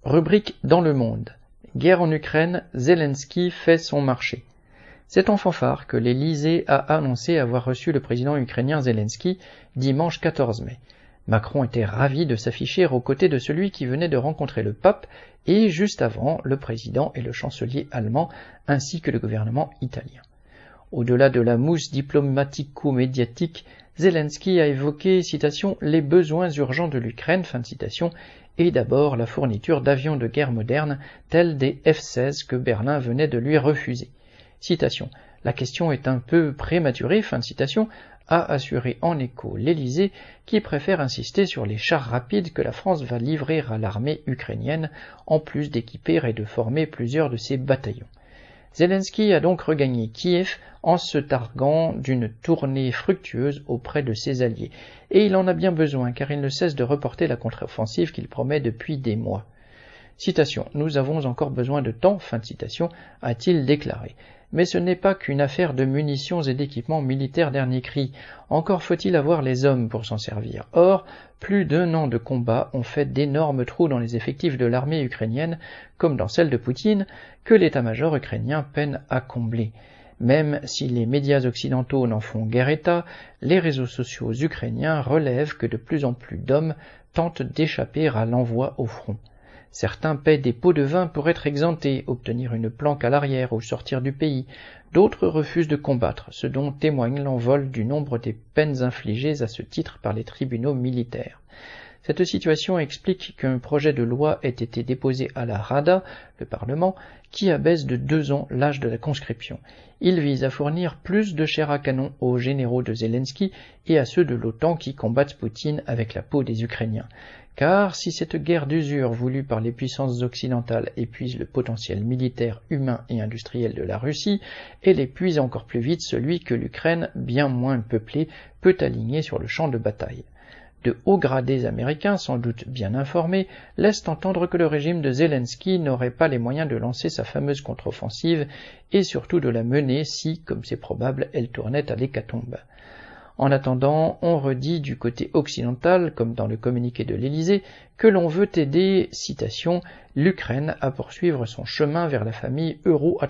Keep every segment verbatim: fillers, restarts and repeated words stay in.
Rubrique dans le monde. Guerre en Ukraine, Zelensky fait son marché. C'est en fanfare que l'Élysée a annoncé avoir reçu le président ukrainien Zelensky dimanche quatorze mai. Macron était ravi de s'afficher aux côtés de celui qui venait de rencontrer le pape et juste avant le président et le chancelier allemand ainsi que le gouvernement italien. Au-delà de la mousse diplomatico-médiatique, Zelensky a évoqué, citation, « les besoins urgents de l'Ukraine », fin de citation, et d'abord la fourniture d'avions de guerre modernes tels des F seize que Berlin venait de lui refuser. Citation, « La question est un peu prématurée », fin de citation, a assuré en écho l'Élysée qui préfère insister sur les chars rapides que la France va livrer à l'armée ukrainienne, en plus d'équiper et de former plusieurs de ses bataillons. Zelensky a donc regagné Kiev en se targuant d'une tournée fructueuse auprès de ses alliés, et il en a bien besoin car il ne cesse de reporter la contre-offensive qu'il promet depuis des mois. Citation, « Nous avons encore besoin de temps », fin de citation, a-t-il déclaré. Mais ce n'est pas qu'une affaire de munitions et d'équipements militaires dernier cri, encore faut-il avoir les hommes pour s'en servir. Or, plus d'un an de combat ont fait d'énormes trous dans les effectifs de l'armée ukrainienne, comme dans celle de Poutine, que l'état-major ukrainien peine à combler. Même si les médias occidentaux n'en font guère état, les réseaux sociaux ukrainiens relèvent que de plus en plus d'hommes tentent d'échapper à l'envoi au front. Certains paient des pots de vin pour être exemptés, obtenir une planque à l'arrière ou sortir du pays. D'autres refusent de combattre, ce dont témoigne l'envol du nombre des peines infligées à ce titre par les tribunaux militaires. Cette situation explique qu'un projet de loi ait été déposé à la Rada, le Parlement, qui abaisse de deux ans l'âge de la conscription. Il vise à fournir plus de chair à canon aux généraux de Zelensky et à ceux de l'OTAN qui combattent Poutine avec la peau des Ukrainiens. Car si cette guerre d'usure voulue par les puissances occidentales épuise le potentiel militaire, humain et industriel de la Russie, elle épuise encore plus vite celui que l'Ukraine, bien moins peuplée, peut aligner sur le champ de bataille. De hauts gradés américains, sans doute bien informés, laissent entendre que le régime de Zelensky n'aurait pas les moyens de lancer sa fameuse contre-offensive et surtout de la mener si, comme c'est probable, elle tournait à l'hécatombe. En attendant, on redit du côté occidental, comme dans le communiqué de l'Élysée, que l'on veut aider, citation, « l'Ukraine à poursuivre son chemin vers la famille euro-atlantique »,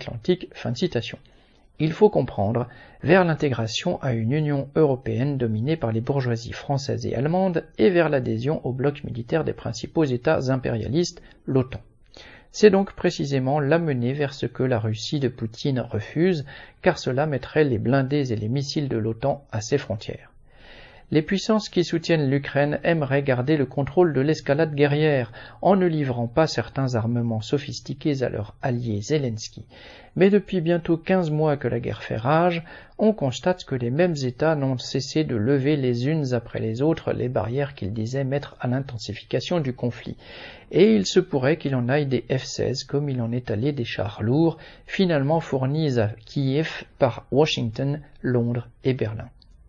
fin de citation. Il faut comprendre, vers l'intégration à une Union européenne dominée par les bourgeoisies françaises et allemandes et vers l'adhésion au bloc militaire des principaux États impérialistes, l'OTAN. C'est donc précisément l'amener vers ce que la Russie de Poutine refuse, car cela mettrait les blindés et les missiles de l'OTAN à ses frontières. Les puissances qui soutiennent l'Ukraine aimeraient garder le contrôle de l'escalade guerrière, en ne livrant pas certains armements sophistiqués à leur allié Zelensky. Mais depuis bientôt quinze mois que la guerre fait rage, on constate que les mêmes États n'ont cessé de lever les unes après les autres les barrières qu'ils disaient mettre à l'intensification du conflit. Et il se pourrait qu'il en aille des F seize comme il en est allé des chars lourds, finalement fournis à Kiev par Washington, Londres et Berlin.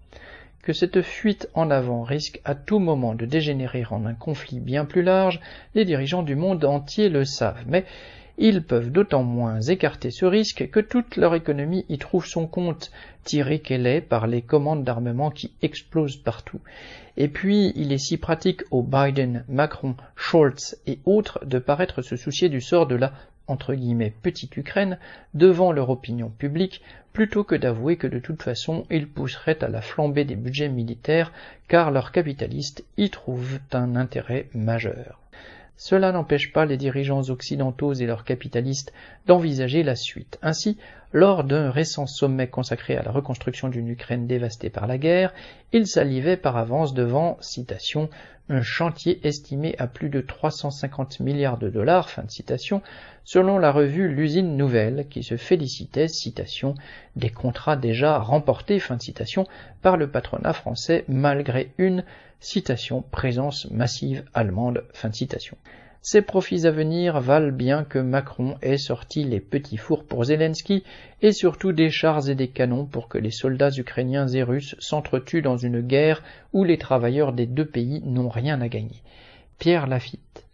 Que cette fuite en avant risque à tout moment de dégénérer en un conflit bien plus large, les dirigeants du monde entier le savent, mais ils peuvent d'autant moins écarter ce risque que toute leur économie y trouve son compte, tirée qu'elle est par les commandes d'armement qui explosent partout. Et puis, il est si pratique aux Biden, Macron, Scholz et autres de paraître se soucier du sort de la entre guillemets petite Ukraine devant leur opinion publique, plutôt que d'avouer que de toute façon ils pousseraient à la flambée des budgets militaires, car leurs capitalistes y trouvent un intérêt majeur. Cela n'empêche pas les dirigeants occidentaux et leurs capitalistes d'envisager la suite. Ainsi, lors d'un récent sommet consacré à la reconstruction d'une Ukraine dévastée par la guerre, ils salivaient par avance devant, citation, un chantier estimé à plus de trois cent cinquante milliards de dollars, fin de citation, selon la revue L'Usine Nouvelle, qui se félicitait, citation, des contrats déjà remportés, fin de citation, par le patronat français malgré une, citation, présence massive allemande, fin de citation. Ces profits à venir valent bien que Macron ait sorti les petits fours pour Zelensky et surtout des chars et des canons pour que les soldats ukrainiens et russes s'entretuent dans une guerre où les travailleurs des deux pays n'ont rien à gagner. Pierre Lafitte.